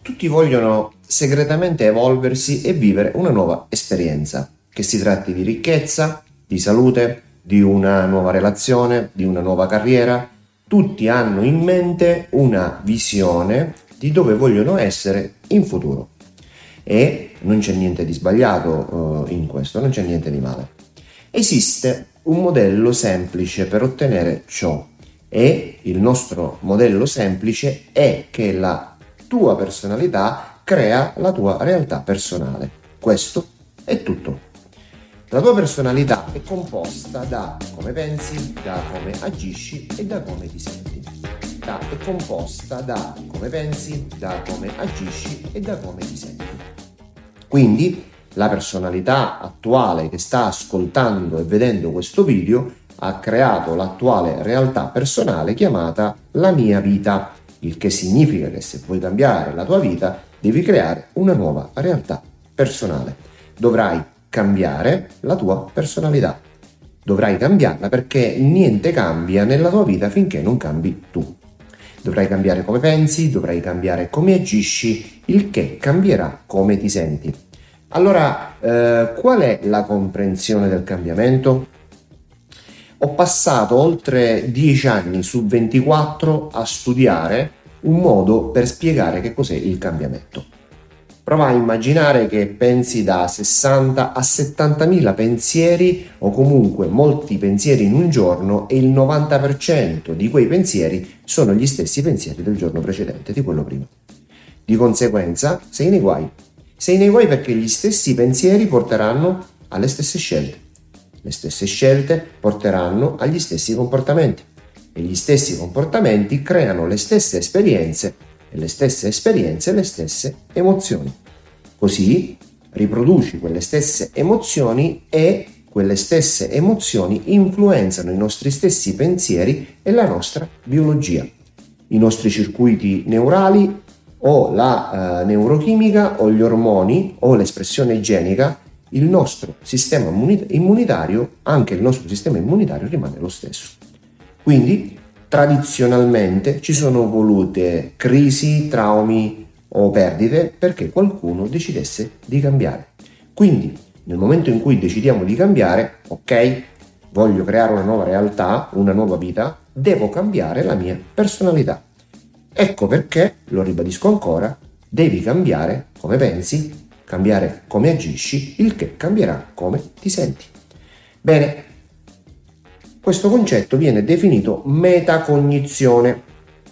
Tutti vogliono segretamente evolversi e vivere una nuova esperienza, che si tratti di ricchezza, di salute, di una nuova relazione, di una nuova carriera. Tutti hanno in mente una visione di dove vogliono essere in futuro. E non c'è niente di sbagliato in questo, non c'è niente di male. Esiste un modello semplice per ottenere ciò e il nostro modello semplice è che la tua personalità crea la tua realtà personale. Questo è tutto. La tua personalità è composta da come pensi, da come agisci e da come ti senti. È composta da come pensi, da come agisci e da come ti senti. Quindi la personalità attuale che sta ascoltando e vedendo questo video ha creato l'attuale realtà personale chiamata la mia vita, il che significa che se vuoi cambiare la tua vita devi creare una nuova realtà personale. Dovrai cambiare la tua personalità. Dovrai cambiarla perché niente cambia nella tua vita finché non cambi tu. Dovrai cambiare come pensi, dovrai cambiare come agisci, il che cambierà come ti senti. Allora, qual è la comprensione del cambiamento? Ho passato oltre 10 anni su 24 a studiare un modo per spiegare che cos'è il cambiamento. Prova a immaginare che pensi da 60 a 70.000 pensieri o comunque molti pensieri in un giorno e il 90% di quei pensieri sono gli stessi pensieri del giorno precedente, di quello prima. Di conseguenza sei nei guai. Sei nei guai perché gli stessi pensieri porteranno alle stesse scelte. Le stesse scelte porteranno agli stessi comportamenti e gli stessi comportamenti creano le stesse esperienze e le stesse esperienze le stesse emozioni. Così riproduci quelle stesse emozioni e quelle stesse emozioni influenzano i nostri stessi pensieri e la nostra biologia, i nostri circuiti neurali o la neurochimica o gli ormoni o l'espressione igienica. Il nostro sistema immunitario, anche il nostro sistema immunitario rimane lo stesso. Quindi tradizionalmente ci sono volute crisi, traumi o perdite perché qualcuno decidesse di cambiare. Quindi nel momento in cui decidiamo di cambiare, ok, voglio creare una nuova realtà, una nuova vita, devo cambiare la mia personalità. Ecco perché, lo ribadisco ancora, devi cambiare come pensi, cambiare come agisci, il che cambierà come ti senti. Bene, questo concetto viene definito metacognizione.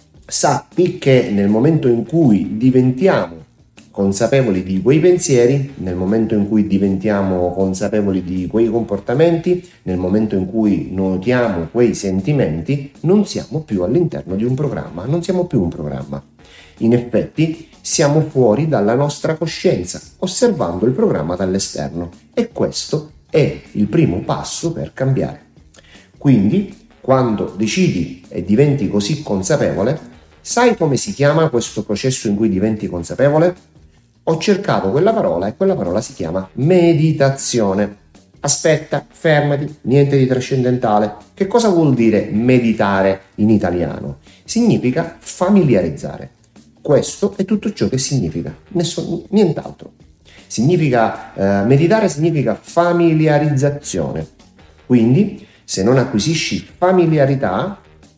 Sappi che nel momento in cui diventiamo consapevoli di quei pensieri, nel momento in cui diventiamo consapevoli di quei comportamenti, nel momento in cui notiamo quei sentimenti, non siamo più all'interno di un programma, non siamo più un programma. In effetti siamo fuori dalla nostra coscienza, osservando il programma dall'esterno e questo è il primo passo per cambiare. Quindi, quando decidi e diventi così consapevole, sai come si chiama questo processo in cui diventi consapevole? Ho cercato quella parola e quella parola si chiama meditazione. Aspetta, fermati, niente di trascendentale. Che cosa vuol dire meditare in italiano? Significa familiarizzare. Questo è tutto ciò che significa, nient'altro. Meditare significa familiarizzazione. Quindi, se non acquisisci familiarità,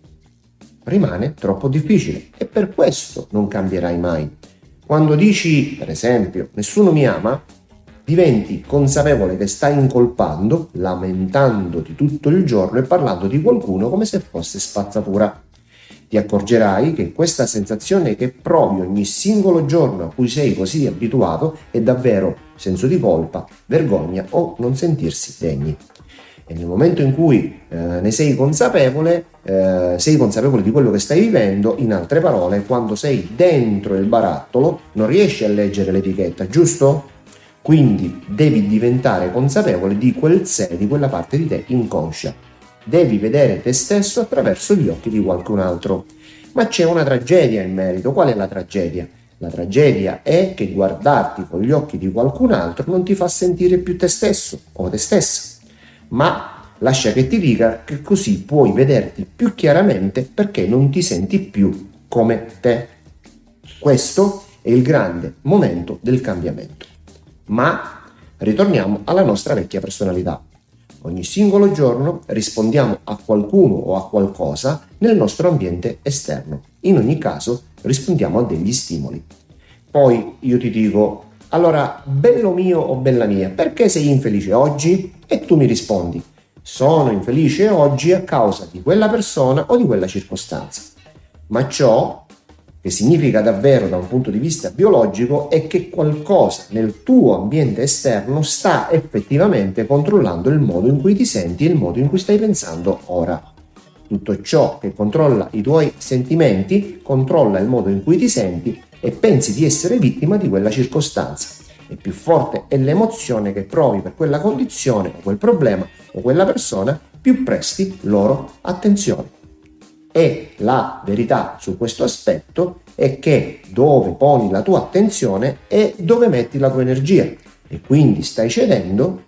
rimane troppo difficile e per questo non cambierai mai. Quando dici, per esempio, nessuno mi ama, diventi consapevole che stai incolpando, lamentandoti tutto il giorno e parlando di qualcuno come se fosse spazzatura. Ti accorgerai che questa sensazione che provi ogni singolo giorno a cui sei così abituato è davvero senso di colpa, vergogna o non sentirsi degni. E nel momento in cui ne sei consapevole di quello che stai vivendo, in altre parole, quando sei dentro il barattolo non riesci a leggere l'etichetta, giusto? Quindi devi diventare consapevole di quel sé, di quella parte di te inconscia. Devi vedere te stesso attraverso gli occhi di qualcun altro. Ma c'è una tragedia in merito. Qual è la tragedia? La tragedia è che guardarti con gli occhi di qualcun altro non ti fa sentire più te stesso o te stessa. Ma lascia che ti dica che così puoi vederti più chiaramente perché non ti senti più come te. Questo è il grande momento del cambiamento. Ma ritorniamo alla nostra vecchia personalità. Ogni singolo giorno rispondiamo a qualcuno o a qualcosa nel nostro ambiente esterno. In ogni caso rispondiamo a degli stimoli. Poi io ti dico: allora, bello mio o bella mia, perché sei infelice oggi? E tu mi rispondi: sono infelice oggi a causa di quella persona o di quella circostanza. Ma ciò che significa davvero da un punto di vista biologico è che qualcosa nel tuo ambiente esterno sta effettivamente controllando il modo in cui ti senti e il modo in cui stai pensando ora. Tutto ciò che controlla i tuoi sentimenti controlla il modo in cui ti senti e pensi di essere vittima di quella circostanza. E più forte è l'emozione che provi per quella condizione o quel problema o quella persona, più presti loro attenzione. E la verità su questo aspetto è che dove poni la tua attenzione è dove metti la tua energia, e quindi stai cedendo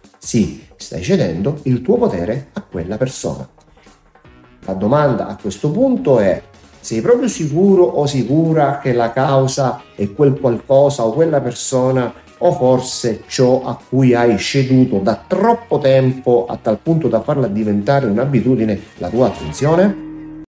il tuo potere a quella persona. La domanda a questo punto è: sei proprio sicuro o sicura che la causa è quel qualcosa o quella persona, o forse ciò a cui hai ceduto da troppo tempo a tal punto da farla diventare un'abitudine la tua attenzione?